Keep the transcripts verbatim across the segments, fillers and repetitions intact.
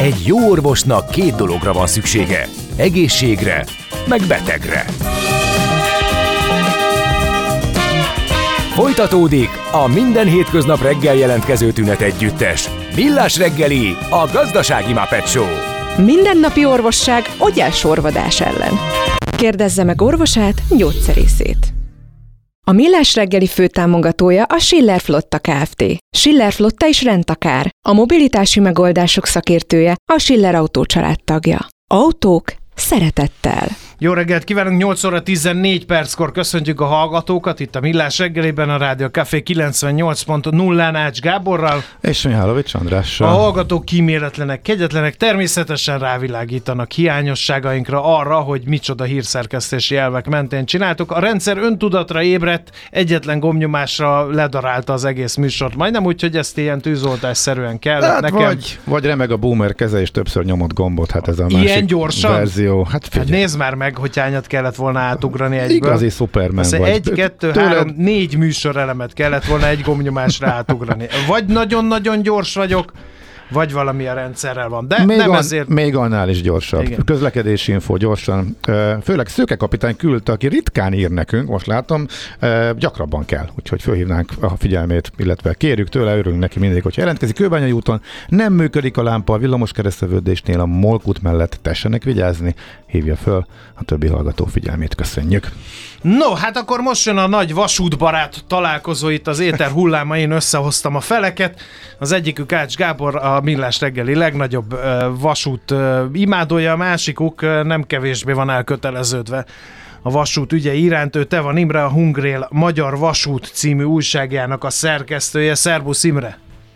Egy jó orvosnak két dologra van szüksége. Egészségre, meg betegre. Folytatódik a minden hétköznap reggel jelentkező tünet együttes. Millás reggeli, a gazdasági Muppet Show. Mindennapi orvosság ogyásorvadás ellen. Kérdezze meg orvosát, gyógyszerészét. A Millás reggeli főtámogatója a Schiller Flotta Kft. Schiller Flotta is rendtakár. A mobilitási megoldások szakértője, a Schiller Autó család tagja. Autók szeretettel. Jó reggelt kívánunk, nyolc óra tizennégy perckor köszöntjük a hallgatókat itt a Millás reggeliben, a Rádió Café kilencvennyolc pont nullán Ács Gáborral. És Mihálovics Andrással. A hallgatók kíméletlenek, kegyetlenek, természetesen rávilágítanak hiányosságainkra, arra, hogy micsoda hírszerkesztési elvek mentén csináltuk. A rendszer öntudatra ébredt, egyetlen gombnyomásra ledarálta az egész műsort. Majdnem úgy, hogy ezt ilyen tűzoltásszerűen kellett hát nekem. Vagy, vagy remeg a boomer keze, és többször nyomott gombot, hát ez a másik ilyen gyorsan? verzió. Hát, hát nézd már meg, hogy hányat kellett volna átugrani egyből. Igazi Superman vagy. Egy, kettő, Tőled... három, négy műsorelemet kellett volna egy gombnyomásra átugrani. Vagy nagyon-nagyon gyors vagyok, vagy valami a rendszerrel van. De még nem an, ezért... Még annál is gyorsabb. Igen. Közlekedési info gyorsan. Főleg Szőke kapitány küldte, aki ritkán ír nekünk, most látom, gyakrabban kell. Úgyhogy fölhívnánk a figyelmét, illetve kérjük tőle, örülünk neki mindig, hogy jelentkezik. Kőbányai úton nem működik a lámpa a villamos kereszteződésnél, a Molkút mellett tessenek vigyázni. Hívja föl a többi hallgató figyelmét. Köszönjük. No, hát akkor most jön a nagy vasútbarát találkozó itt az éter hullámain, összehoztam a feleket. Az egyikük Ács Gábor, a Millás reggeli legnagyobb uh, vasút uh, imádója, a másikuk uh, nem kevésbé van elköteleződve a vasút ügye iránt. Ő Teva Imre, a Hungrél Magyar Vasút című újságjának a szerkesztője. Szerbusz Imre!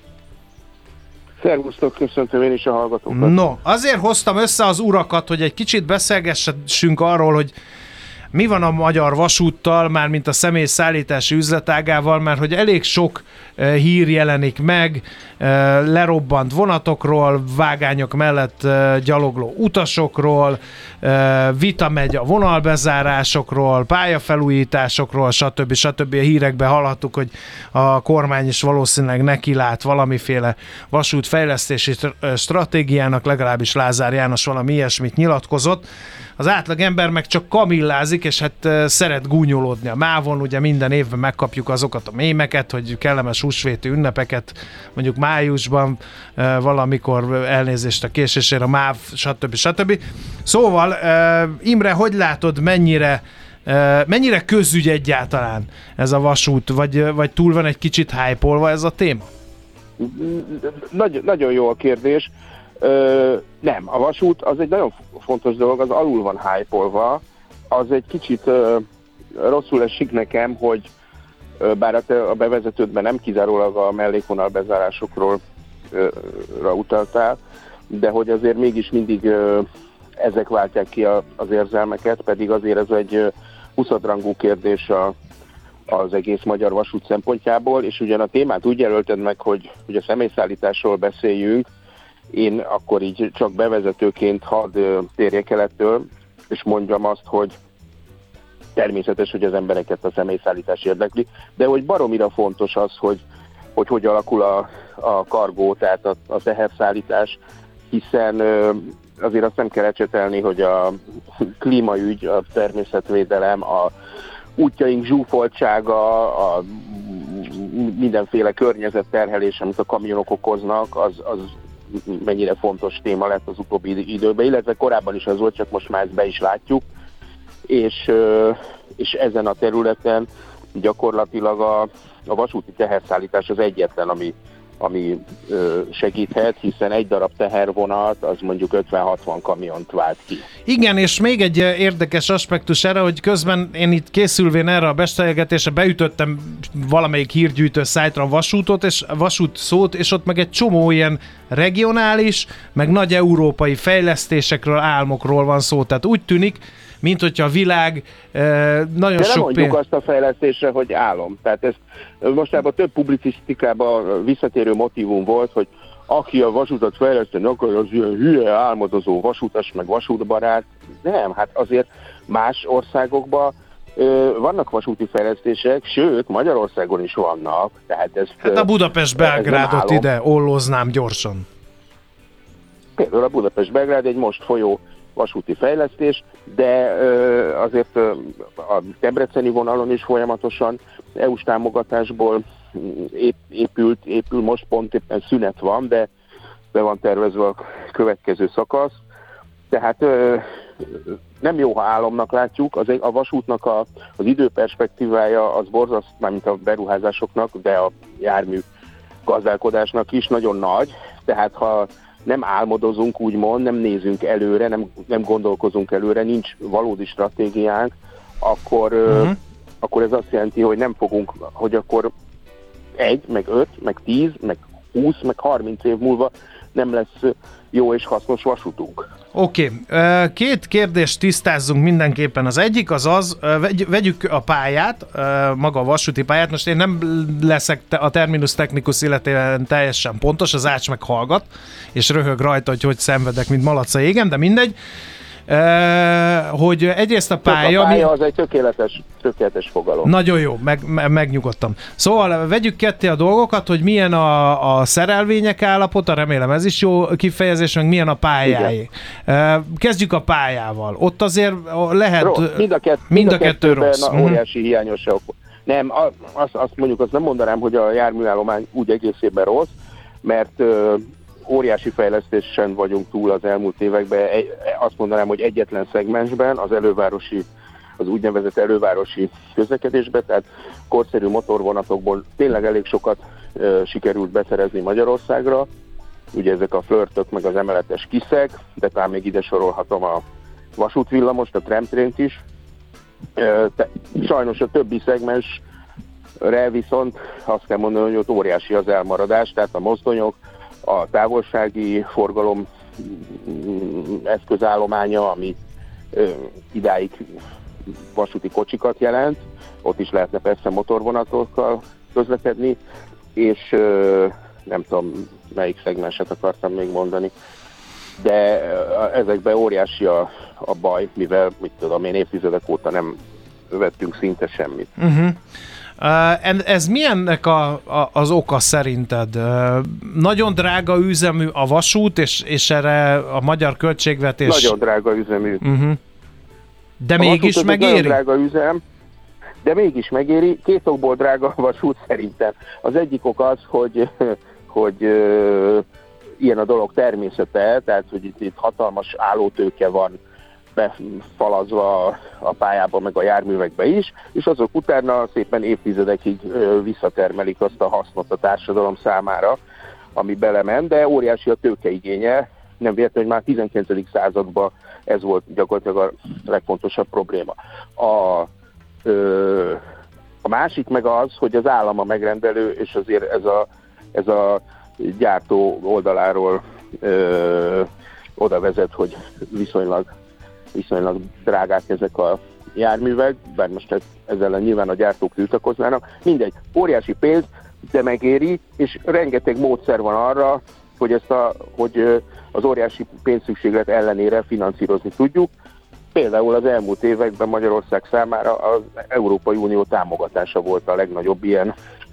Szervusztok, köszöntöm én is a hallgatókat. No, azért hoztam össze az urakat, hogy egy kicsit beszélgessünk arról, hogy mi van a Magyar Vasúttal, mármint a személyszállítási üzletágával, mert hogy elég sok uh, hír jelenik meg, uh, lerobbant vonatokról, vágányok mellett uh, gyalogló utasokról, uh, vita megy a vonalbezárásokról, pályafelújításokról, stb. stb. A hírekben hallhattuk, hogy a kormány is valószínűleg nekilát valamiféle vasútfejlesztési stratégiának, legalábbis Lázár János valami ilyesmit nyilatkozott. Az átlag ember meg csak kamillázik, és hát uh, szeret gúnyolódni a mávon, ugye minden évben megkapjuk azokat a mémeket, hogy kellemes húsvéti ünnepeket, mondjuk májusban, uh, valamikor elnézést a késésére, a máv, stb. stb. Szóval, uh, Imre, hogy látod, mennyire, uh, mennyire közügy egyáltalán ez a vasút, vagy, vagy túl van egy kicsit hype-olva ez a téma? Nagy, nagyon jó a kérdés. Ö, nem, a vasút az egy nagyon fontos dolog, az alul van hype-olva, az egy kicsit ö, rosszul esik nekem, hogy ö, bár a, a bevezetődben nem kizárólag a mellékvonal bezárásokról ö, ra utaltál, de hogy azért mégis mindig ö, ezek váltják ki a, az érzelmeket, pedig azért ez egy ö, huszadrangú kérdés a, az egész magyar vasút szempontjából, és ugyan a témát úgy jelölted meg, hogy, hogy a személyszállításról beszéljünk. Én akkor így csak bevezetőként hadd térjek el ettől, és mondjam azt, hogy természetes, hogy az embereket a személyszállítás érdekli, de hogy baromira fontos az, hogy hogy, hogy alakul a, a kargó, tehát a, a teherszállítás, hiszen azért azt nem kell ecsetelni, hogy a klímaügy, a természetvédelem, a útjaink zsúfoltsága, a mindenféle környezetterhelés, amit a kamionok okoznak, az, az mennyire fontos téma lett az utóbbi időben, illetve korábban is az volt, csak most már ezt be is látjuk, és, és ezen a területen gyakorlatilag a, a vasúti teherszállítás az egyetlen, ami, ami segíthet, hiszen egy darab tehervonat az mondjuk ötven-hatvan kamiont vált ki. Igen, és még egy érdekes aspektus erre, hogy közben én itt készülvén erre a beszélgetésre beütöttem valamelyik hírgyűjtő szájtra a vasútot, és vasút szót, és ott meg egy csomó ilyen regionális, meg nagy európai fejlesztésekről, álmokról van szó. Tehát úgy tűnik, mint hogyha a világ eh, nagyon De sok... nem mondjuk pénz... azt a fejlesztésre, hogy álom. Tehát ez mostában több publicisztikában visszatérő motívum volt, hogy aki a vasutat fejleszteni akar, az ilyen hülye, álmodozó vasutas, meg vasútbarát. Nem, hát azért más országokban ö, vannak vasúti fejlesztések, sőt, Magyarországon is vannak. Tehát ezt, hát a Budapest-Belgrádot ide olloznám gyorsan. például a Budapest-Belgrád egy most folyó vasúti fejlesztés, de azért a debreceni vonalon is folyamatosan é u-s támogatásból épült, épül, most pont éppen szünet van, de be van tervezve a következő szakasz. Tehát nem jó, ha álomnak látjuk, az, a vasútnak a, az időperspektívája az borzasztó, mármint a beruházásoknak, de a jármű gazdálkodásnak is nagyon nagy, tehát ha nem álmodozunk, úgymond, nem nézünk előre, nem, nem gondolkozunk előre, nincs valódi stratégiánk, akkor, uh-huh. akkor ez azt jelenti, hogy nem fogunk, hogy akkor egy, meg öt, meg tíz, meg húsz, meg harminc év múlva nem lesz jó és hasznos vasútunk. Oké, okay. Két kérdést tisztázzunk mindenképpen. Az egyik az az, vegyük a pályát, maga a vasúti pályát. Most én nem leszek a terminus technicus illetően teljesen pontos, az Ács meg hallgat, és röhög rajta, hogy hogy szenvedek, mint malac a égen, de mindegy. Hogy egyrészt a pálya... A pálya az egy tökéletes, tökéletes fogalom. Nagyon jó, meg, me, megnyugodtam. Szóval vegyük ketté a dolgokat, hogy milyen a, a szerelvények állapota, remélem ez is jó kifejezés, meg milyen a pályáé. Igen. Kezdjük a pályával. Ott azért lehet... Rossz. Mind a, kett, mind a kettő rossz. Óriási uh-huh. hiányosságok. Nem, azt, azt mondjuk, azt nem mondanám, hogy a járműállomány úgy egészében rossz, mert... óriási fejlesztésen vagyunk túl az elmúlt években. Azt mondanám, hogy egyetlen szegmensben, az elővárosi, az úgynevezett elővárosi közlekedésben, tehát korszerű motorvonatokból tényleg elég sokat ö, sikerült beszerezni Magyarországra. Ugye ezek a flörtök, meg az emeletes kiszeg, de talán még ide sorolhatom a vasútvillamost, a tramtrént is. Ö, te, sajnos a többi szegmensre viszont azt kell mondani, hogy ott óriási az elmaradás, tehát a mozdonyok, a távolsági forgalom eszközállománya, ami ö, idáig vasúti kocsikat jelent, ott is lehetne persze motorvonatokkal közlekedni, és ö, nem tudom, melyik szegmenset akartam még mondani, de ö, ezekben óriási a, a baj, mivel, mit tudom én, évtizedek óta nem vettünk szinte semmit. Uh-huh. Uh, ez milyennek a, a, az oka szerinted? Uh, nagyon drága üzemű a vasút, és, és erre a magyar költségvetés... Nagyon drága üzemű. Uh-huh. De a mégis megéri? Nagyon drága üzem, de mégis megéri. Két okból drága a vasút szerintem. Az egyik ok az, hogy, hogy uh, ilyen a dolog természete, tehát hogy itt, itt hatalmas állótőke van befalazva a pályába, meg a járművekbe is, és azok utána szépen évtizedekig visszatermelik azt a hasznot a társadalom számára, ami belement, de óriási a tőkeigénye. Nem véletlenül, hogy már tizenkilencedik században ez volt gyakorlatilag a legfontosabb probléma. A, ö, a másik meg az, hogy az állam a megrendelő, és azért ez a, ez a gyártó oldaláról ö, oda vezet, hogy viszonylag viszonylag drágák ezek a járművek, bár most ezzel nyilván a gyártók tiltakoznának. Mindegy, óriási pénz, de megéri, és rengeteg módszer van arra, hogy, ezt a, hogy az óriási pénzszükséglet ellenére finanszírozni tudjuk. Például az elmúlt években Magyarország számára az Európai Unió támogatása volt a legnagyobb ilyen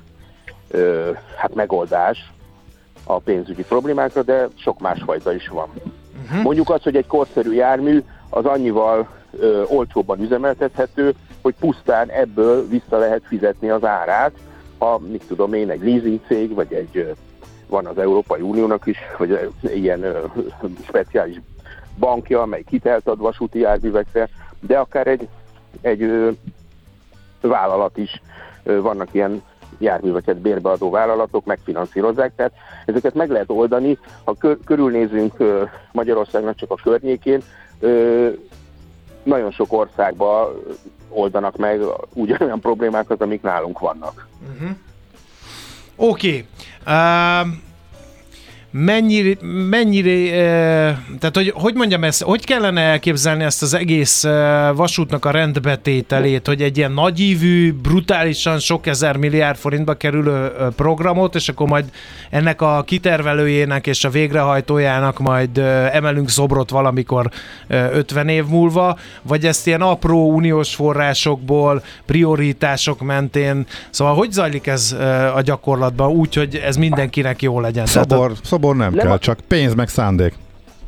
ö, hát megoldás a pénzügyi problémákra, de sok másfajta is van. Uh-huh. Mondjuk azt, hogy egy korszerű jármű az annyival ö, olcsóbban üzemeltethető, hogy pusztán ebből vissza lehet fizetni az árát, ha, mit tudom én, egy leasing cég, vagy egy, ö, van az Európai Uniónak is, vagy ö, ilyen ö, speciális bankja, amely hitelt ad vasúti járművekre, de akár egy, egy ö, vállalat is, ö, vannak ilyen járműveket bérbeadó vállalatok, megfinanszírozzák, tehát ezeket meg lehet oldani, ha kör, körülnézünk ö, Magyarországnak csak a környékén, Ö, nagyon sok országban oldanak meg ugyanolyan problémákat, amik nálunk vannak. Uh-huh. Oké. Okay. Uh, mennyire, mennyire uh, tehát hogy, hogy mondjam ezt, hogy kellene elképzelni ezt az egész uh, vasútnak a rendbetételét, hogy egy ilyen nagyívű, brutálisan sok ezer milliárd forintba kerülő uh, programot, és akkor majd ennek a kitervelőjének és a végrehajtójának majd uh, emelünk szobrot valamikor uh, ötven év múlva, vagy ezt ilyen apró uniós forrásokból, prioritások mentén, szóval hogy zajlik ez uh, a gyakorlatban úgy, hogy ez mindenkinek jó legyen? Szobor, szobor nem, nem kell, a... csak pénz meg szándék.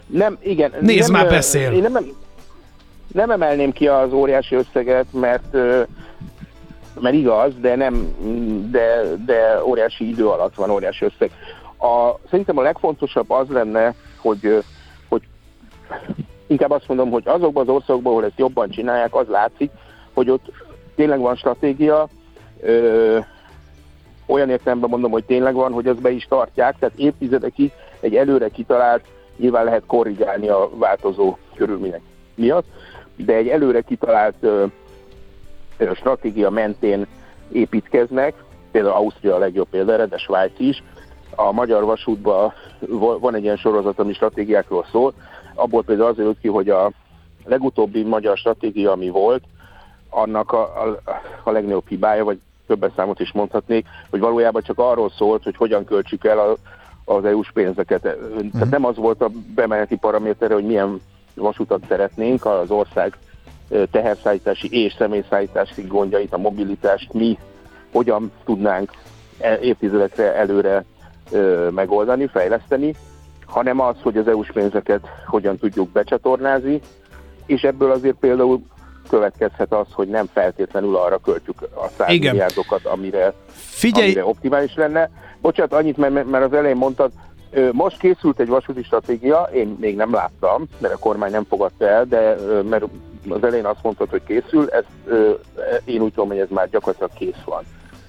Nem, igen. Nézd, nem, már beszél. Én nem, nem emelném ki az óriási összeget, mert, mert igaz, de, nem, de, de óriási idő alatt van óriási összeg. A, szerintem a legfontosabb az lenne, hogy, hogy inkább azt mondom, hogy azokban az országokban, ahol ezt jobban csinálják, az látszik, hogy ott tényleg van stratégia, ö, olyan értelemben mondom, hogy tényleg van, hogy azt be is tartják, tehát évtizedekig egy előre kitalált, nyilván lehet korrigálni a változó körülmények miatt, de egy előre kitalált ö, ö, stratégia mentén építkeznek, például Ausztria a legjobb példára, de Svájc is. A Magyar Vasútban van egy ilyen sorozat, ami stratégiákról szól, abból például az jött ki, hogy a legutóbbi magyar stratégia, ami volt, annak a, a, a legnagyobb hibája, vagy többes számot is mondhatnék, hogy valójában csak arról szólt, hogy hogyan költsük el a, az é u-s pénzeket. Uh-huh. Tehát nem az volt a bemeneti paramétere, hogy milyen vasutat szeretnénk, az ország teherszállítási és személyszállítási gondjait, a mobilitást mi hogyan tudnánk évtizedekre előre ö, megoldani, fejleszteni, hanem az, hogy az é u-s pénzeket hogyan tudjuk becsatornázni, és ebből azért például következhet az, hogy nem feltétlenül arra költjük a száz milliárdokat, amire, amire optimális lenne. Bocsánat, annyit, mert, mert az elején mondtad, most készült egy vasúti stratégia, én még nem láttam, mert a kormány nem fogadta el, de mert az elején azt mondtad, hogy készül, ezt, én úgy tudom, hogy ez már gyakorlatilag kész van.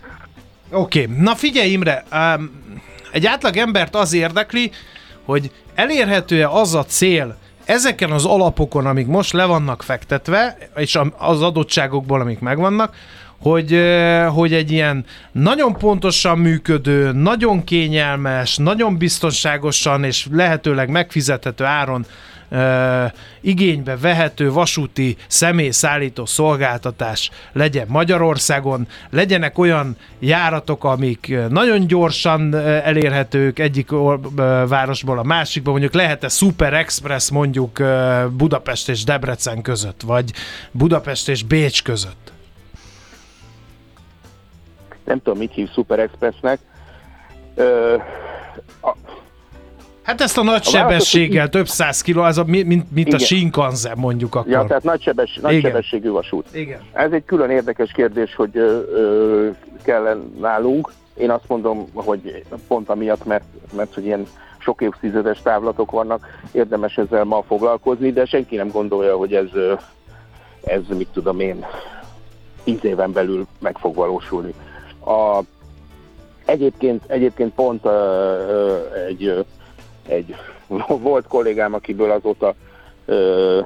Oké, okay. Na figyelj Imre, egy átlag embert az érdekli, hogy elérhető-e az a cél ezeken az alapokon, amik most le vannak fektetve, és az adottságokból, amik megvannak, hogy, hogy egy ilyen nagyon pontosan működő, nagyon kényelmes, nagyon biztonságosan és lehetőleg megfizethető áron uh, igénybe vehető vasúti személyszállító szolgáltatás legyen Magyarországon, legyenek olyan járatok, amik nagyon gyorsan elérhetők egyik városból a másikba, mondjuk lehet-e Super Express mondjuk Budapest és Debrecen között, vagy Budapest és Bécs között? Nem tudom, mit hív Super Expressnek. Ö, a, hát ezt a nagy a sebességgel, több száz kiló, ez a, mint, mint a Shinkansen mondjuk akkor. Ja, tehát nagy, sebess, nagy sebességű vasút. Igen. Ez egy külön érdekes kérdés, hogy ö, ö, kell nálunk. Én azt mondom, hogy pont amiatt, mert, mert hogy ilyen sok évtizedes távlatok vannak, érdemes ezzel ma foglalkozni, de senki nem gondolja, hogy ez, ez mit tudom én, tíz éven belül meg fog valósulni. A, egyébként, egyébként pont uh, uh, egy, uh, egy volt kollégám, akiből azóta uh,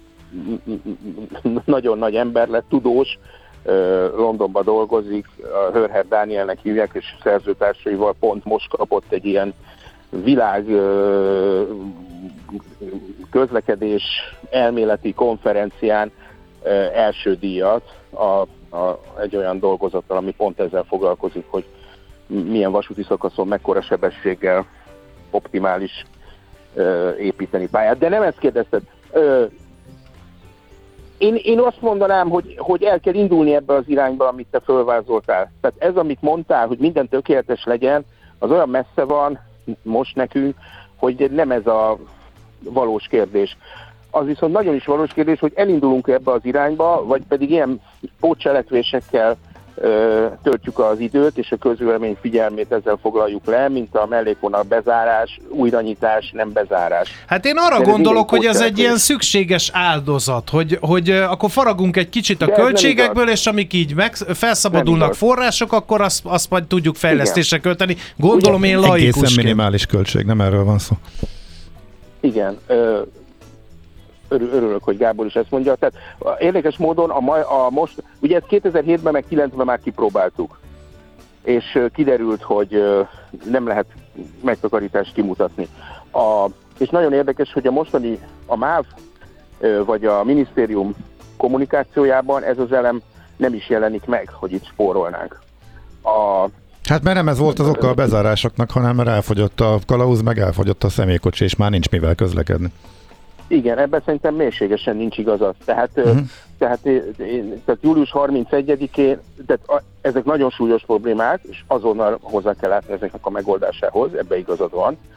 nagyon nagy ember lett, tudós, uh, Londonban dolgozik, a Hörher Dánielnek hívják, és szerzőtársaival pont most kapott egy ilyen világ uh, közlekedés elméleti konferencián uh, első díjat a A, egy olyan dolgozattal, ami pont ezzel foglalkozik, hogy milyen vasúti szakaszon mekkora sebességgel optimális ö, építeni pályát. De nem ezt kérdezted. Ö, én, én azt mondanám, hogy, hogy el kell indulni ebbe az irányba, amit te fölvázoltál. Tehát ez, amit mondtál, hogy minden tökéletes legyen, az olyan messze van most nekünk, hogy nem ez a valós kérdés. Az viszont nagyon is valós kérdés, hogy elindulunk ebbe az irányba, vagy pedig ilyen pótcselekvésekkel ö, töltjük az időt, és a közvélemény figyelmét ezzel foglaljuk le, mint a mellékvonal bezárás, újranyitás, nem bezárás. Hát én arra De gondolok, hogy ez egy ilyen szükséges áldozat, hogy, hogy akkor faragunk egy kicsit a De költségekből, és amik így meg, felszabadulnak források, akkor azt, azt majd tudjuk fejlesztésre Igen. költeni. Gondolom Ugyan, én laikusként. Egészen minimális költség, nem erről van szó. Igen, ö, örülök, hogy Gábor is ezt mondja. Tehát érdekes módon a, ma, a most, ugye ezt kétezer-hétben meg kétezer-kilencben már kipróbáltuk, és kiderült, hogy nem lehet megtakarítást kimutatni. A, és nagyon érdekes, hogy a mostani, a MÁV vagy a minisztérium kommunikációjában ez az elem nem is jelenik meg, hogy itt spórolnánk. A, Hát mert nem ez volt az oka a bezárásoknak, hanem mert elfogyott a kalauz, meg elfogyott a személykocsi, és már nincs mivel közlekedni. Igen, ebben szerintem mélységesen nincs igazad. Tehát, uh-huh. tehát, tehát július harmincegyedikén, tehát a, ezek nagyon súlyos problémák, és azonnal hozzá kell látni ezeknek a megoldásához, ebbe igazad van.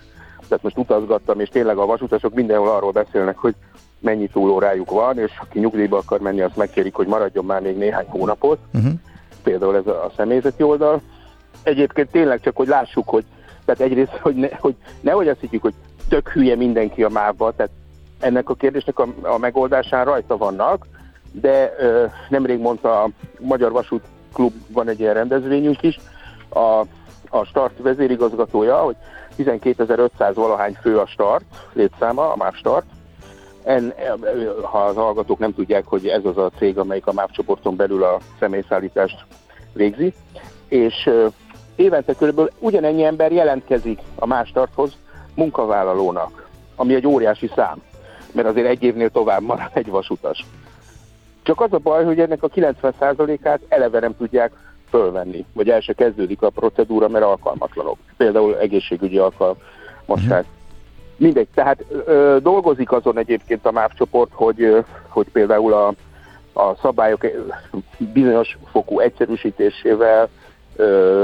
tehát most utazgattam, és tényleg a vasutasok mindenhol arról beszélnek, hogy mennyi túlórájuk van, és aki nyugdíjba akar menni, azt megkérik, hogy maradjon már még néhány hónapot. Uh-huh. Például ez a személyzeti oldal. Egyébként tényleg csak, hogy lássuk, hogy tehát egyrészt, hogy, ne, hogy nehogy azt higgyük, hogy tök hülye mindenki a mávba, tehát ennek a kérdésnek a, a megoldásán rajta vannak, de ö, nemrég mondta a Magyar Vasút Klubban egy ilyen rendezvényünk is, a, a Start vezérigazgatója, hogy tizenkétezer-ötszáz valahány fő a Start létszáma, a MÁV Start. En, ha az hallgatók nem tudják, hogy ez az a cég, amelyik a MÁV csoporton belül a személyszállítást végzi, és ö, évente körülbelül ugyanennyi ember jelentkezik a MÁV Starthoz munkavállalónak, ami egy óriási szám, mert azért egy évnél tovább marad egy vasutas. Csak az a baj, hogy ennek a kilencven százalékát eleve nem tudják fölvenni, vagy el se kezdődik a procedúra, mert alkalmatlanok. Például egészségügyi alkalmasság. Mindegy, tehát ö, dolgozik azon egyébként a MÁV csoport, hogy, ö, hogy például a, a szabályok bizonyos fokú egyszerűsítésével ö,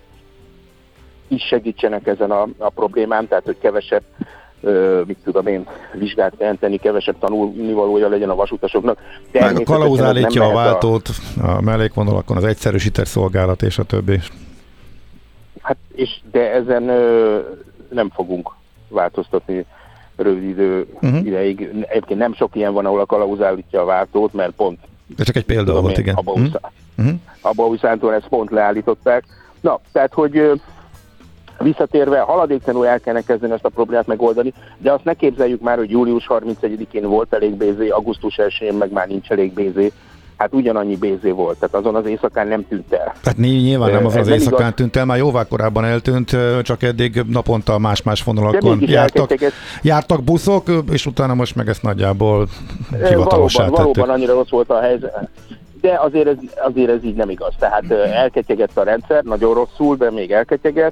is segítsenek ezen a, a problémán, tehát hogy kevesebb, ö, mit tudom én, vizsgát jelenteni, kevesebb tanulnivalója legyen a vasutasoknak. Meg a kalauz állítja a váltót, a... a mellékvonalakon az egyszerűsített szolgálat és a többi. Hát, és de ezen ö, nem fogunk változtatni rövid idő uh-huh. ideig. Egyébként nem sok ilyen van, ahol a kalauz állítja a váltót, mert pont... De csak egy példa volt, igen. Abba uh-huh. Huszántól ezt pont leállították. Na, tehát, hogy visszatérve, haladéktalanul el kellene kezdeni ezt a problémát megoldani, de azt ne képzeljük már, hogy július harmincegyedikén volt elég bézé, augusztus elsején meg már nincs elég bézé. Hát ugyanannyi bézé volt, tehát azon az éjszakán nem tűnt el. Tehát nyilván nem azon az éjszakán igaz. tűnt el, már jóval korábban eltűnt, csak eddig naponta más-más vonalakon jártak, jártak buszok, és utána most meg ezt nagyjából hivatalossá tették. Valóban annyira rossz volt a helyzet. De azért ez, azért ez így nem igaz. Tehát elketyegett a rendszer, nagyon rosszul, de még elketyegett.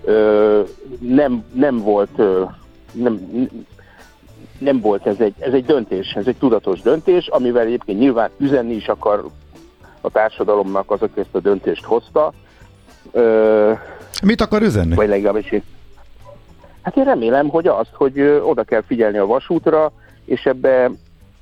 Nem, nem volt nem, nem volt ez egy, ez egy döntés, ez egy tudatos döntés, amivel egyébként nyilván üzenni is akar a társadalomnak az, aki ezt a döntést hozta. Mit akar üzenni? Vagy legalábbis én. Hát én remélem, hogy azt, hogy oda kell figyelni a vasútra, és ebbe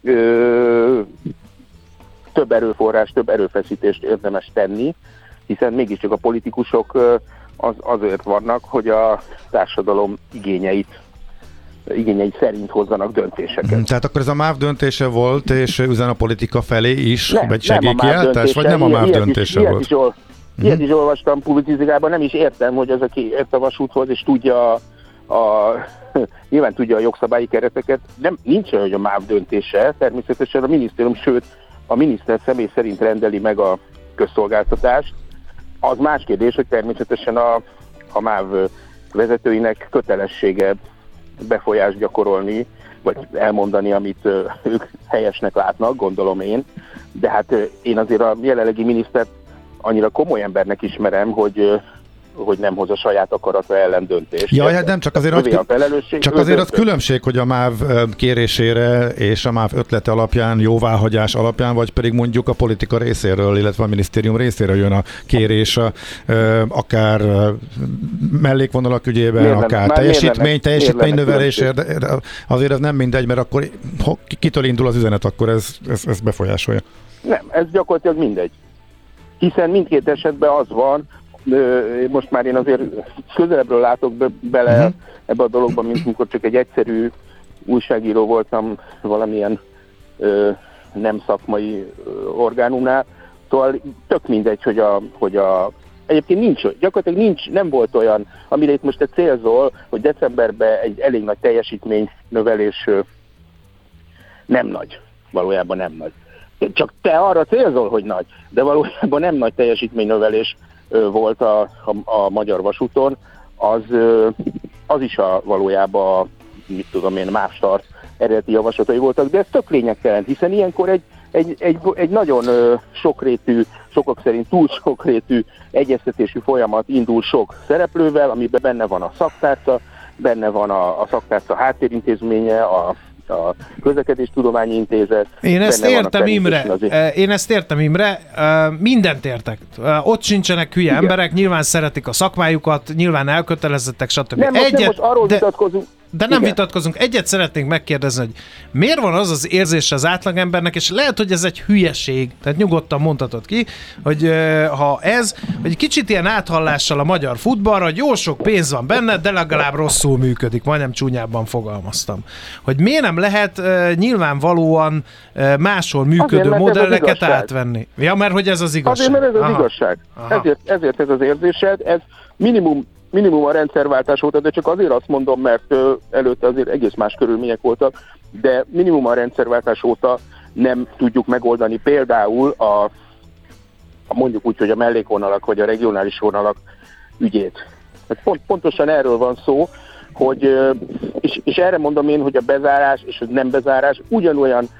ö, több erőforrás, több erőfeszítést érdemes tenni, hiszen mégiscsak a politikusok az, azért vannak, hogy a társadalom igényeit igényei szerint hozzanak döntéseket. Tehát akkor ez a MÁV döntése volt, és üzen a politika felé is, nem, vagy segélykiáltás, vagy nem a MÁV ilyet döntése is, volt? Ilyet is, ol, hmm. ilyet is olvastam publicizikában, nem is értem, hogy az, aki ért a vasúthoz, és tudja a, a nyilván tudja a jogszabályi kereteket, nem, nincs olyan, hogy a MÁV döntése, természetesen a minisztérium, sőt, a miniszter személy szerint rendeli meg a közszolgáltatást. Az más kérdés, hogy természetesen a, a MÁV vezetőinek kötelessége befolyást gyakorolni, vagy elmondani, amit uh, ők helyesnek látnak, gondolom én. De hát uh, én azért a jelenlegi minisztert annyira komoly embernek ismerem, hogy, uh, hogy nem hoz a saját akarata ellen döntést. Ja, hát nem, csak azért, az, csak azért az különbség, hogy a MÁV kérésére és a MÁV ötlete alapján, jóváhagyás alapján, vagy pedig mondjuk a politika részéről, illetve a minisztérium részéről jön a kérés, a, akár mellékvonalak ügyében, miért akár nem, teljesítmény, teljesítménynövelésért, azért ez nem mindegy, mert akkor kitől indul az üzenet, akkor ez, ez, ez befolyásolja. Nem, ez gyakorlatilag mindegy. Hiszen mindkét esetben az van, most már én azért közelebbről látok be, bele uh-huh. ebbe a dologba, mint amikor csak egy egyszerű újságíró voltam valamilyen ö, nem szakmai ö, orgánumnál. Szóval tök mindegy, hogy a, hogy a egyébként nincs, gyakorlatilag nincs, nem volt olyan, amire itt most te célzol, hogy decemberben egy elég nagy teljesítménynövelés ö, nem nagy, valójában nem nagy. Csak te arra célzol, hogy nagy, de valójában nem nagy teljesítménynövelés volt a, a, a Magyar Vasúton, az, az is a valójában, mit tudom én, MÁV Start eredeti javaslatai voltak, de ez tök lényegtelen, hiszen ilyenkor egy, egy, egy, egy nagyon sokrétű, sokak szerint túl sokrétű egyeztetési folyamat indul sok szereplővel, amiben benne van a szaktárca, benne van a, a szaktárca háttérintézménye, a a Közlekedéstudományi Intézet. Én ezt értem, Imre. Azért... Én ezt értem, Imre. Mindent értek. Ott sincsenek hülye Igen. emberek, nyilván szeretik a szakmájukat, nyilván elkötelezettek, stb. Nem, most, Egyet, nem most arról de... vitatkozunk. De nem Igen. vitatkozunk. Egyet szeretnénk megkérdezni, hogy miért van az az érzése az átlagembernek, és lehet, hogy ez egy hülyeség, tehát nyugodtan mondhatod ki, hogy uh, ha ez, hogy kicsit ilyen áthallással a magyar futballra, hogy jó sok pénz van benne, de legalább rosszul működik, majdnem csúnyábban fogalmaztam. Hogy miért nem lehet uh, nyilvánvalóan uh, máshol működő Azért, modelleket átvenni? Ja, mert hogy ez az igazság. Azért, mert ez az Aha. igazság. Ezért, ezért ez az érzésed, ez minimum minimum a rendszerváltás óta, de csak azért azt mondom, mert ö, előtte azért egész más körülmények voltak, de minimum a rendszerváltás óta nem tudjuk megoldani például a, a mondjuk úgy, hogy a mellékvonalak vagy a regionális vonalak ügyét. Pont, pontosan erről van szó, hogy, ö, és, és erre mondom én, hogy a bezárás és a nem bezárás ugyanolyan,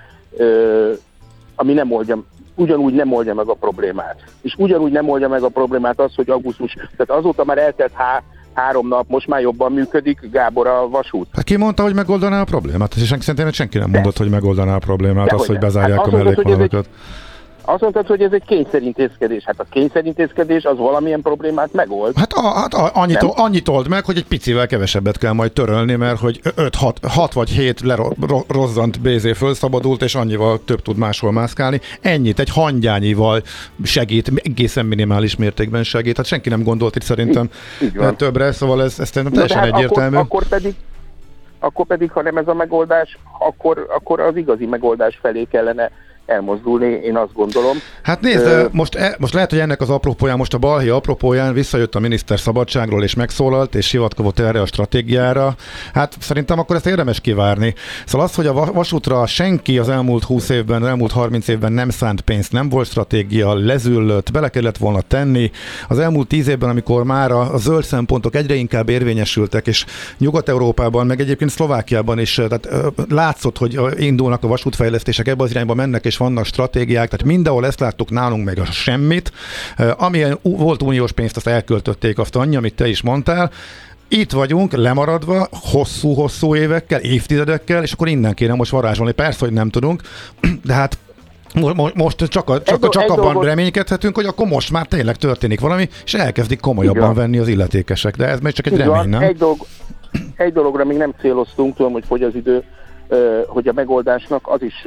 ö, ami nem oldja, ugyanúgy nem oldja meg a problémát. És ugyanúgy nem oldja meg a problémát az, hogy augusztus, tehát azóta már eltelt há, három nap, most már jobban működik, Gábor, a vasút. Hát ki mondta, hogy megoldaná a problémát? És szerintem senki nem mondott, De. hogy megoldaná a problémát, De az, hogy bezárják hát a mellékvonalakat. Azt mondtad, hogy ez egy kényszerintézkedés. Hát a kényszerintézkedés az valamilyen problémát megold. Hát, a, hát a, annyit, annyit old meg, hogy egy picivel kevesebbet kell majd törölni, mert hogy öt hat vagy hét lerozzant bé zé fölszabadult, és annyival több tud máshol mászkálni. Ennyit, egy hangyányival segít, egészen minimális mértékben segít. Hát senki nem gondolt itt szerintem így, így többre, szóval ez, ez teljesen hát egyértelmű. Akkor, akkor pedig akkor pedig, ha nem ez a megoldás, akkor, akkor az igazi megoldás felé kellene elmozdulni, én azt gondolom. Hát nézd, Ö... most, e, most lehet, hogy ennek az apropóján, most a balhé apropóján visszajött a miniszter szabadságról, és megszólalt, és hivatkozott erre a stratégiára. Hát szerintem akkor ezt érdemes kivárni. Szóval az, hogy a vasútra senki az elmúlt húsz évben, az elmúlt harminc évben nem szánt pénzt, nem volt stratégia, lezüllött, bele kellett volna tenni. Az elmúlt tíz évben, amikor már a, a zöld szempontok egyre inkább érvényesültek, és Nyugat-Európában, meg egyébként Szlovákiában is tehát, látszott, hogy indulnak a vasútfejlesztések, ebbe az irányba mennek, és vannak stratégiák, tehát mindenhol ezt láttuk, nálunk meg a semmit. Amilyen volt uniós pénzt, azt elköltötték, azt annyi, amit te is mondtál. Itt vagyunk, lemaradva, hosszú-hosszú évekkel, évtizedekkel, és akkor innen kéne most varázsolni. Persze, hogy nem tudunk, de hát most csak, a, csak, csak abban dolgot... reménykedhetünk, hogy akkor most már tényleg történik valami, és elkezdik komolyabban venni az illetékesek. De ez még csak egy Igen, remény, nem? Egy, dolg, egy dologra még nem céloztunk, tudom, hogy fogy az idő, hogy a megoldásnak az is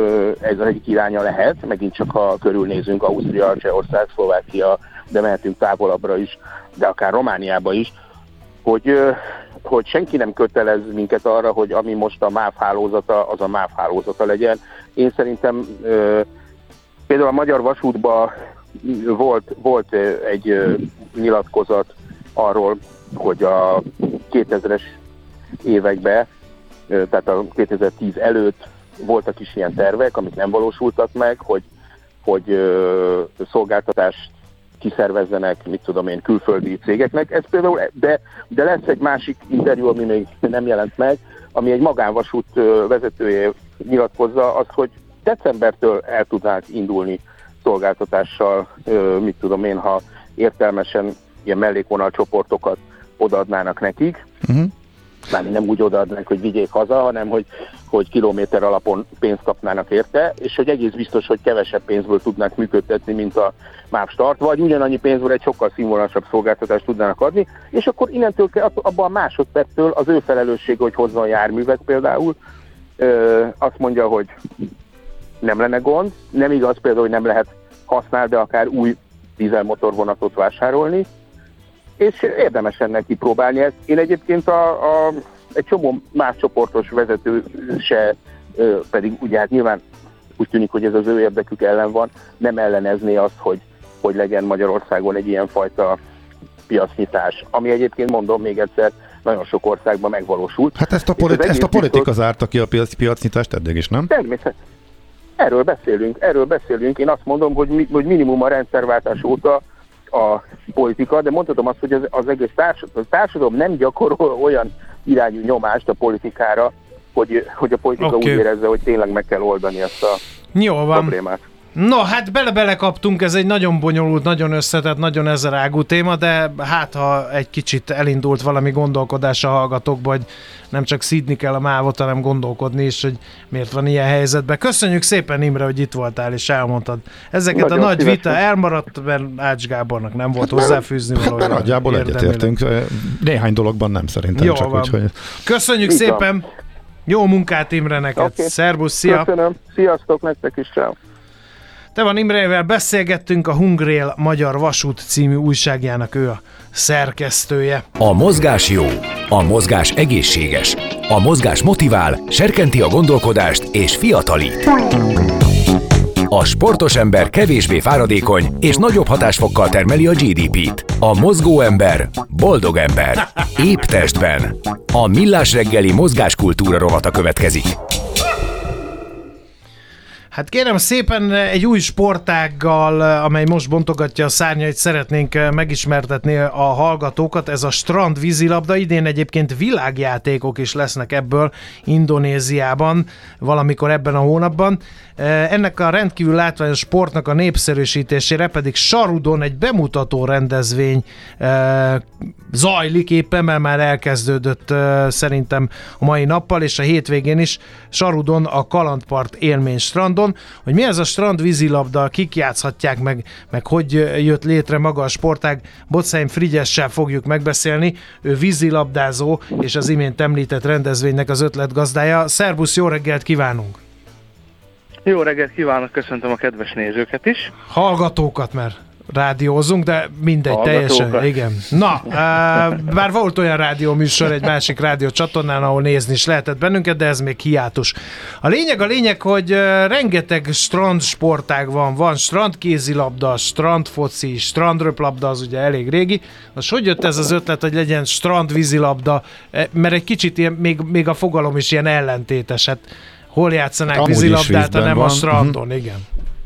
ez egyik iránya lehet, megint csak ha körülnézünk Ausztria, Csehország, Szlovákia, de mehetünk távolabbra is, de akár Romániába is, hogy, hogy senki nem kötelez minket arra, hogy ami most a MÁV hálózata, az a MÁV hálózata legyen. Én szerintem például a Magyar Vasútban volt, volt egy nyilatkozat arról, hogy a kétezres években, tehát a kétezer-tíz előtt voltak is ilyen tervek, amik nem valósultak meg, hogy, hogy ö, szolgáltatást kiszervezzenek, mit tudom én, külföldi cégeknek. Ez például, de, de lesz egy másik interjú, ami még nem jelent meg, ami egy magánvasút vezetője nyilatkozza, az, hogy decembertől el tudnánk indulni szolgáltatással, ö, mit tudom én, ha értelmesen ilyen mellékvonalcsoportokat odaadnának nekik. Uh-huh. Már nem úgy odaadnánk, hogy vigyék haza, hanem hogy, hogy kilométer alapon pénzt kapnának érte, és hogy egész biztos, hogy kevesebb pénzből tudnánk működtetni, mint a MÁV Start, vagy ugyanannyi pénzből egy sokkal színvonalasabb szolgáltatást tudnának adni, és akkor innentől abban a másodperctől az ő felelőssége, hogy hozzon járművet például, ö, azt mondja, hogy nem lenne gond, nem igaz például, hogy nem lehet használni, de akár új dízelmotorvonatot vásárolni, és érdemes ennek kipróbálni ezt. Én egyébként a, a, egy csomó más csoportos vezető se, ö, pedig ugye hát nyilván úgy tűnik, hogy ez az ő érdekük ellen van, nem ellenezné azt, hogy, hogy legyen Magyarországon egy ilyen fajta piacnyitás, ami egyébként mondom még egyszer, nagyon sok országban megvalósult. Hát ezt a, politi- ezt a politika zárta ki a piac, piacnyitást eddig is, nem? Természetesen. Erről beszélünk, erről beszélünk. Én azt mondom, hogy, mi, hogy minimum a rendszerváltás óta a politika, de mondhatom azt, hogy az, az egész társadalom, a társadalom nem gyakorol olyan irányú nyomást a politikára, hogy, hogy a politika okay. úgy érezze, hogy tényleg meg kell oldani ezt a Jó van. problémát. No, hát bele-bele kaptunk, ez egy nagyon bonyolult, nagyon összetett, nagyon ezerágú téma, de hát ha egy kicsit elindult valami gondolkodás a hallgatókba, hogy nem csak szídni kell a mávot, hanem gondolkodni is, hogy miért van ilyen helyzetben. Köszönjük szépen, Imre, hogy itt voltál és elmondtad. Ezeket nagyon a nagy szívesen. Vita elmaradt, mert Ács Gábornak nem volt hát hozzáfűzni valójában. Hát nagyjából egyetértünk. Néhány dologban nem szerintem. Jó csak van. Úgy, hogy... Köszönjük Itt szépen! Van. Jó munkát, Imre, neked! Okay. Szerbusz, szia! Köszönöm! Sziasztok, nektek is, ciao. Te van Imrével beszélgettünk, a Hungrél Magyar Vasút című újságjának ő a szerkesztője. A mozgás jó, a mozgás egészséges, a mozgás motivál, serkenti a gondolkodást és fiatalít. A sportos ember kevésbé fáradékony és nagyobb hatásfokkal termeli a gé dé pét. A mozgó ember boldog ember. Épp testben. A Millás reggeli mozgáskultúra rovata következik. Hát kérem szépen, egy új sportággal, amely most bontogatja a szárnyait, szeretnénk megismertetni a hallgatókat. Ez a strand vízilabda. Idén egyébként világjátékok is lesznek ebből Indonéziában, valamikor ebben a hónapban. Ennek a rendkívül látványos sportnak a népszerűsítésére pedig Sarudon egy bemutató rendezvény zajlik éppen, mert már elkezdődött szerintem a mai nappal, és a hétvégén is Sarudon a Kalandpart élmény strandon. Hogy mi ez a strand vízilabda, kik játszhatják meg, meg hogy jött létre maga a sportág, Bocáim Frigyessel fogjuk megbeszélni. Ő vízilabdázó, és az imént említett rendezvénynek az ötletgazdája. Szerbusz, jó reggelt kívánunk! Jó reggelt kívánok, köszöntöm a kedves nézőket is. Hallgatókat, mert rádiózunk, de mindegy, Hallgatókat. Teljesen, igen. Na, bár volt olyan rádióműsor egy másik rádiócsatornán, ahol nézni is lehetett bennünket, de ez még hiátus. A lényeg a lényeg, hogy rengeteg strandsportág van, van strandkézilabda, strandfoci, strandröplabda, az ugye elég régi. Most hogy jött ez az ötlet, hogy legyen strandvízilabda, mert egy kicsit ilyen, még, még a fogalom is ilyen ellentétes, hát hol játszanák vízilabdát, hanem van. A strandon, uh-huh. igen.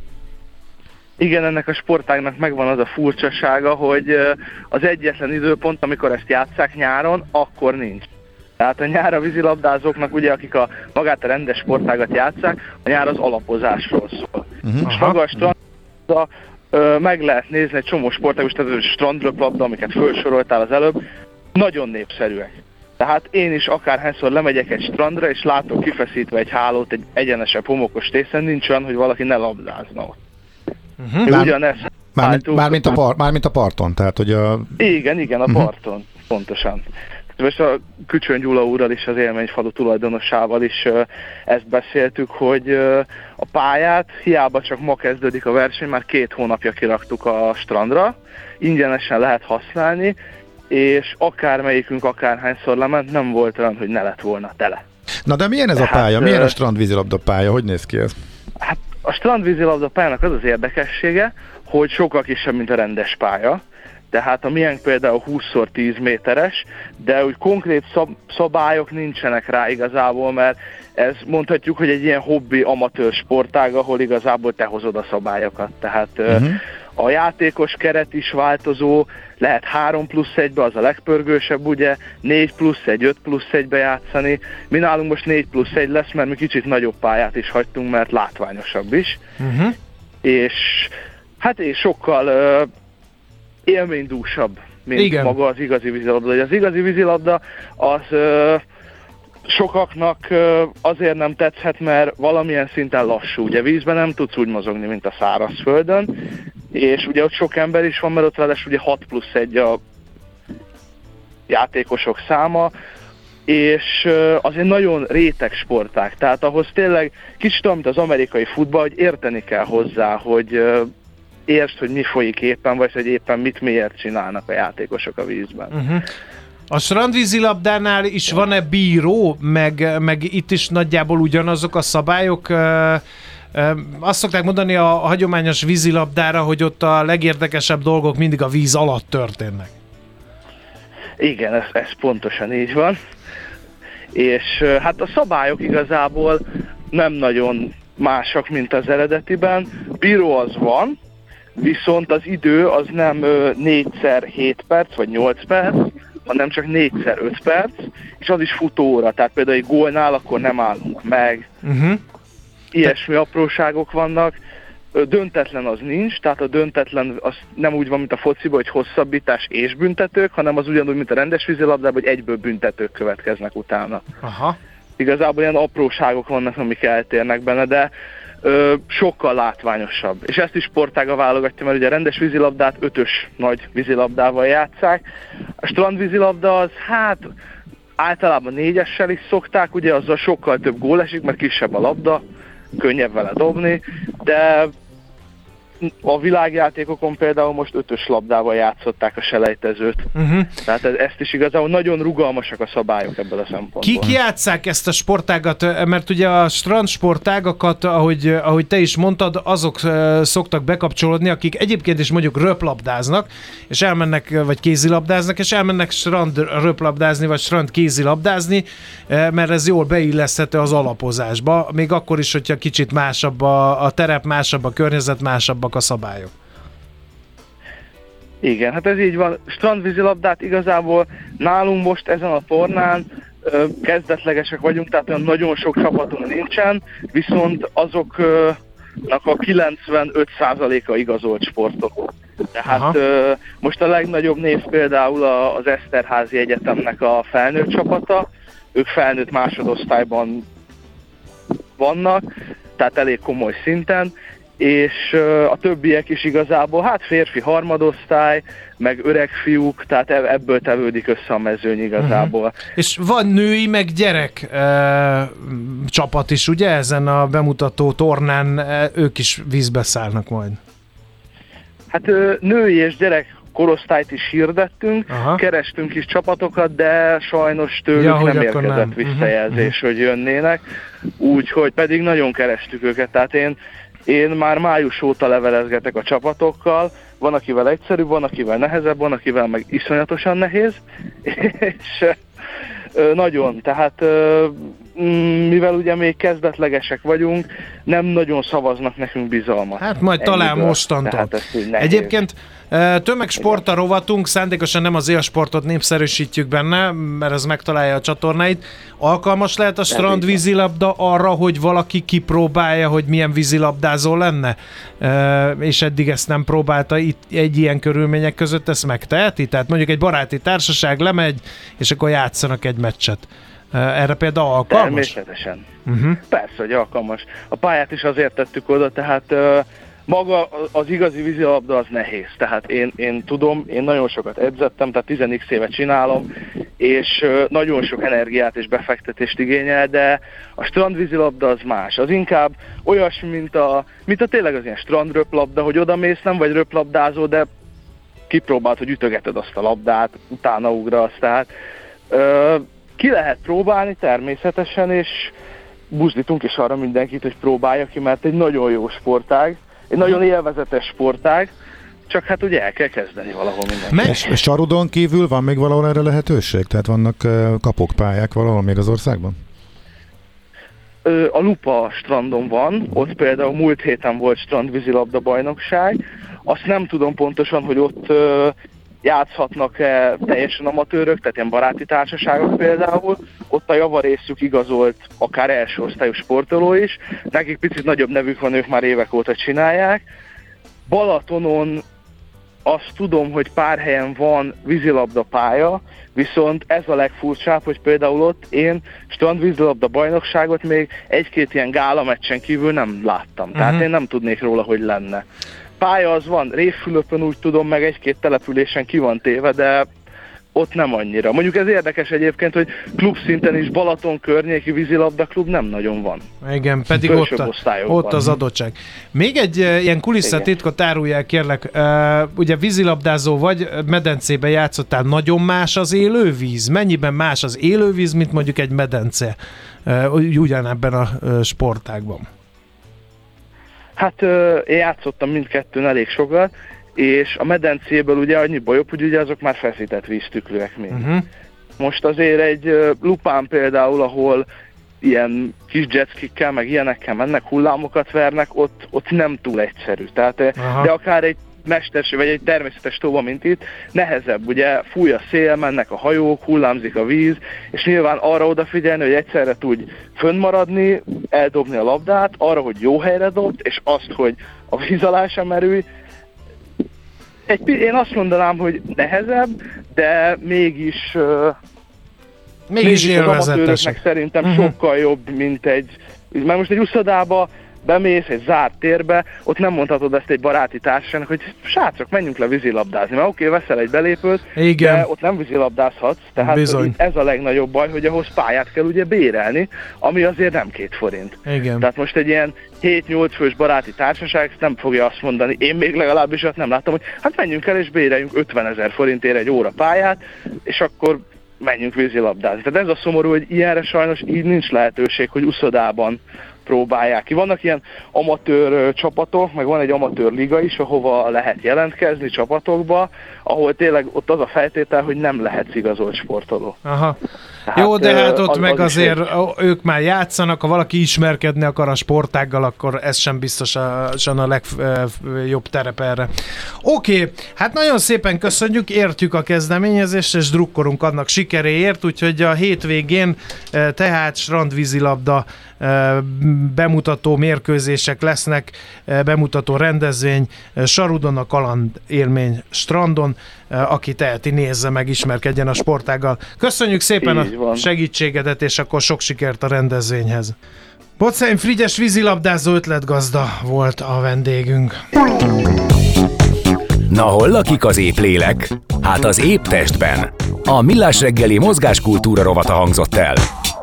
Igen, ennek a sportágnak megvan az a furcsasága, hogy az egyetlen időpont, amikor ezt játsszák nyáron, akkor nincs. Tehát a nyár a vízilabdázóknak, ugye, akik a, magát a rendes sportágat játsszák, a nyár az alapozásról szól. Uh-huh. És maga a strandlabda, meg lehet nézni egy csomó sportág, tehát a strandröplabda, amiket felsoroltál az előbb, nagyon népszerűek. Tehát én is akárhányszor lemegyek egy strandra, és látok kifeszítve egy hálót egy egyenesebb homokos részen, nincs olyan, hogy valaki ne labdázna ott. Uh-huh. Ugyanezt mármint, mármint, a par, mármint a parton, tehát hogy a... Igen, igen, a parton, uh-huh. pontosan. Most a Kücsön Gyula úrral is, az élményfalu tulajdonossával is uh, ezt beszéltük, hogy uh, a pályát hiába csak ma kezdődik a verseny, már két hónapja kiraktuk a strandra, ingyenesen lehet használni, és akármelyikünk akárhányszor lement, nem volt olyan, hogy ne lett volna tele. Na de milyen ez Tehát, a pálya? Milyen a strandvízilabda pálya? Hogy néz ki ez? Hát a strandvízilabda pályának az az érdekessége, hogy sokkal kisebb, mint a rendes pálya. Tehát a miénk például húsz szor tíz méteres, de úgy konkrét szab- szabályok nincsenek rá igazából, mert ez mondhatjuk, hogy egy ilyen hobbi, amatőr sportág, ahol igazából te hozod a szabályokat. Tehát uh-huh. a játékos keret is változó, lehet három plusz egybe, az a legpörgősebb, ugye, négy plusz egy, öt plusz egybe játszani. Mi nálunk most négy plusz egy lesz, mert mi kicsit nagyobb pályát is hagytunk, mert látványosabb is. Uh-huh. És hát és sokkal uh, élménydúsabb, mint Igen. maga az igazi vízilabda. Az igazi vízilabda az uh, sokaknak uh, azért nem tetszhet, mert valamilyen szinten lassú. Ugye vízben nem tudsz úgy mozogni, mint a szárazföldön, és ugye ott sok ember is van, mert ott ráadásul ugye hat plusz egy a játékosok száma, és uh, azért nagyon réteg sportág. Tehát ahhoz tényleg kicsit olyan, mint az amerikai futball, hogy érteni kell hozzá, hogy uh, értsd, hogy mi folyik éppen, vagy hogy éppen mit miért csinálnak a játékosok a vízben. Uh-huh. A strandvízilabdánál is van-e bíró, meg, meg itt is nagyjából ugyanazok a szabályok? Azt szokták mondani a hagyományos vízilabdára, hogy ott a legérdekesebb dolgok mindig a víz alatt történnek. Igen, ez, ez pontosan így van. És hát a szabályok igazából nem nagyon másak, mint az eredetiben. Bíró az van, viszont az idő az nem négyszer hét perc, vagy nyolc perc, hanem csak négyszer öt perc, és az is futóóra. Tehát például egy gólnál akkor nem állunk meg. Uh-huh. Ilyesmi Te... apróságok vannak. Döntetlen az nincs, tehát a döntetlen az nem úgy van, mint a fociban, hogy hosszabbítás és büntetők, hanem az ugyanúgy, mint a rendes vízilabdában, hogy egyből büntetők következnek utána. Aha. Igazából ilyen apróságok vannak, amik eltérnek benne, de ö, sokkal látványosabb. És ezt is sportága válogatja, mert ugye a rendes vízilabdát ötös nagy vízilabdával játsszák. A strandvízilabda az hát általában négyessel is szokták, ugye azzal sokkal több gól esik, mert kisebb a labda, könnyebb vele dobni, de a világjátékokon például most ötös labdával játszották a selejtezőt. Uh-huh. Tehát ez, ezt is igazából nagyon rugalmasak a szabályok ebből a szempontból. Kik játsszák ezt a sportágat? Mert ugye a strandsportágakat, ahogy, ahogy te is mondtad, azok szoktak bekapcsolódni, akik egyébként is mondjuk röplabdáznak, és elmennek, vagy kézilabdáznak, és elmennek strand röplabdázni, vagy strand kézilabdázni, mert ez jól beilleszthető az alapozásba, még akkor is, hogyha kicsit másabb a, a terep, másabb a környezet, másabbak a szabályok. Igen, hát ez így van. Strandvízilabdát igazából nálunk most ezen a tornán ö, kezdetlegesek vagyunk, tehát olyan nagyon sok csapatunk nincsen, viszont azoknak a kilencvenöt százaléka igazolt sportoló. Tehát ö, most a legnagyobb név például a, az Eszterházi Egyetemnek a felnőtt csapata, ők felnőtt másodosztályban vannak, tehát elég komoly szinten, és a többiek is igazából, hát férfi harmadosztály, meg öreg fiúk, tehát ebből tevődik össze a mezőny igazából. Uh-huh. És van női, meg gyerek e, csapat is, ugye, ezen a bemutató tornán, e, ők is vízbe szállnak majd. Hát női és gyerek korosztályt is hirdettünk, aha, kerestünk is csapatokat, de sajnos tőlük ja, nem érkezett nem. visszajelzés, uh-huh. hogy jönnének, úgyhogy pedig nagyon kerestük őket, tehát én Én már május óta levelezgetek a csapatokkal, van akivel egyszerűbb, van akivel nehezebb, van akivel meg iszonyatosan nehéz, és nagyon, tehát mivel ugye még kezdetlegesek vagyunk, nem nagyon szavaznak nekünk bizalmat. Hát majd talán Ennyiből. mostantól. Egyébként tömegsport a rovatunk, szándékosan nem az élsportot népszerűsítjük benne, mert ez megtalálja a csatornáit. Alkalmas lehet a strandvízilabda arra, hogy valaki kipróbálja, hogy milyen vízilabdázó lenne? És eddig ezt nem próbálta itt egy ilyen körülmények között, ezt megteheti? Tehát mondjuk egy baráti társaság lemegy, és akkor játszanak egy meccset. Erre például alkalmas? Természetesen. Uh-huh. Persze, hogy alkalmas. A pályát is azért tettük oda, tehát uh, maga az igazi vízilabda az nehéz. Tehát én, én tudom, én nagyon sokat edzettem, tehát tíz éve csinálom, és uh, nagyon sok energiát és befektetést igényel, de a strandvízilabda az más. Az inkább olyasmi, mint a, mint a tényleg az ilyen strandröplabda, hogy odamész, nem vagy röplabdázó, de kipróbáld, hogy ütögeted azt a labdát, utána ugrasz, tehát uh, ki lehet próbálni természetesen, és buzdítunk is arra mindenkit, hogy próbálja ki, mert egy nagyon jó sportág, egy nagyon élvezetes sportág, csak hát ugye el kell kezdeni valahol mindenki. És, és Sarudon kívül van még valahol erre lehetőség? Tehát vannak uh, kapokpályák valahol még az országban? A Lupa strandon van, ott például múlt héten volt strandvízilabda bajnokság, azt nem tudom pontosan, hogy ott uh, játszhatnak-e teljesen amatőrök, tehát ilyen baráti társaságok például, ott a javarészük igazolt akár első osztályú sportoló is, nekik picit nagyobb nevük van, ők már évek óta csinálják. Balatonon azt tudom, hogy pár helyen van vízilabda pálya, viszont ez a legfurcsább, hogy például ott én strandvízilabda bajnokságot még egy-két ilyen gála meccsen kívül nem láttam, tehát uh-huh. én nem tudnék róla, hogy lenne. Pálya az van, Révfülöpön úgy tudom, meg egy-két településen ki van téve, de ott nem annyira. Mondjuk ez érdekes egyébként, hogy klubszinten is Balaton környéki vízilabda klub nem nagyon van. Igen, pedig ott, a, ott az adottság. Még egy uh, ilyen kulisszatitkot árulj el, kérlek. Uh, ugye vízilabdázó vagy, medencébe játszottál, nagyon más az élővíz? Mennyiben más az élővíz, mint mondjuk egy medence uh, ugyanebben a uh, sportágban? Hát uh, én játszottam mindkettőn elég sokat, és a medencéből ugye annyiból jobb, hogy ugye azok már feszített víztükrűek még. Uh-huh. Most azért egy uh, Lupán például, ahol ilyen kis jetskikkel, meg ilyenekkel mennek, hullámokat vernek, ott, ott nem túl egyszerű. Tehát, uh-huh. de akár egy mesterség, vagy egy természetes tóban, mint itt, nehezebb, ugye fúj a szél, mennek a hajók, hullámzik a víz, és nyilván arra odafigyelni, hogy egyszerre tudj fönnmaradni, eldobni a labdát, arra, hogy jó helyre dobd, és azt, hogy a víz alá sem merülj. Egy, én azt mondanám, hogy nehezebb, de mégis, uh, mégis, mégis az amatőröknek szerintem uh-huh. sokkal jobb, mint egy, mert most egy uszodába bemész egy zárt térbe, ott nem mondhatod ezt egy baráti társaságnak, hogy srácok, menjünk le vízilabdázni, mert oké, okay, veszel egy belépőt, igen. de ott nem vízilabdázhatsz, tehát ez a legnagyobb baj, hogy ahhoz pályát kell ugye bérelni, ami azért nem két forint. Igen. Tehát most egy ilyen hét-nyolc fős baráti társaság nem fogja azt mondani, én még legalábbis azt nem láttam, hogy hát menjünk el és béreljünk ötvenezer forintért egy óra pályát, és akkor menjünk vízilabdázni. Tehát ez a szomorú, hogy ilyenre sajnos így nincs lehetőség, hogy uszodában próbálják ki. Vannak ilyen amatőr csapatok, meg van egy amatőr liga is, ahova lehet jelentkezni csapatokba, ahol tényleg ott az a feltétel, hogy nem lehetsz igazolt sportoló. Aha. Tehát, jó, de hát ott az, meg az azért egy... ők már játszanak, ha valaki ismerkedni akar a sportággal, akkor ez sem biztosan a legjobb terep erre. Oké, okay, hát nagyon szépen köszönjük, értjük a kezdeményezést, és drukkolunk annak sikeréért, úgyhogy a hétvégén tehát strandvízilabda bemutató mérkőzések lesznek, bemutató rendezvény Sarudon, a Kaland élmény strandon, aki teheti, nézze meg, ismerkedjen a sportággal. Köszönjük szépen a segítségedet, és akkor sok sikert a rendezvényhez. Bocáim Frigyes vízilabdázó ötletgazda volt a vendégünk. Na hol lakik az épp lélek? Hát az épp testben. A Millás reggeli mozgáskultúra rovata hangzott el.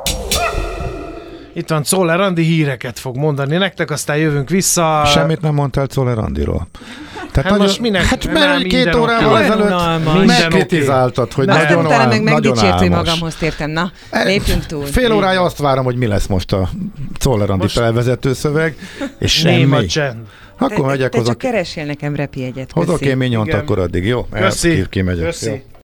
Itt van Czoller Andi, híreket fog mondani nektek, aztán jövünk vissza. Semmit nem mondtál Czoller Andiról. Tehát hát nagyon, most minek? Hát mert két órával ezelőtt megkritizáltad, hogy nagyon álmos. Utána meg megdicsért, hogy magamhoz tértem. Na, lépjünk túl. Fél órája azt várom, hogy mi lesz most a Czoller Andi felvezető szöveg, és semmi. Akkor te, megyek te hozzá. csak keressél nekem repjegyet. Hozok én minyont, akkor addig, jó? Köszi. Kimegyek. Köszi.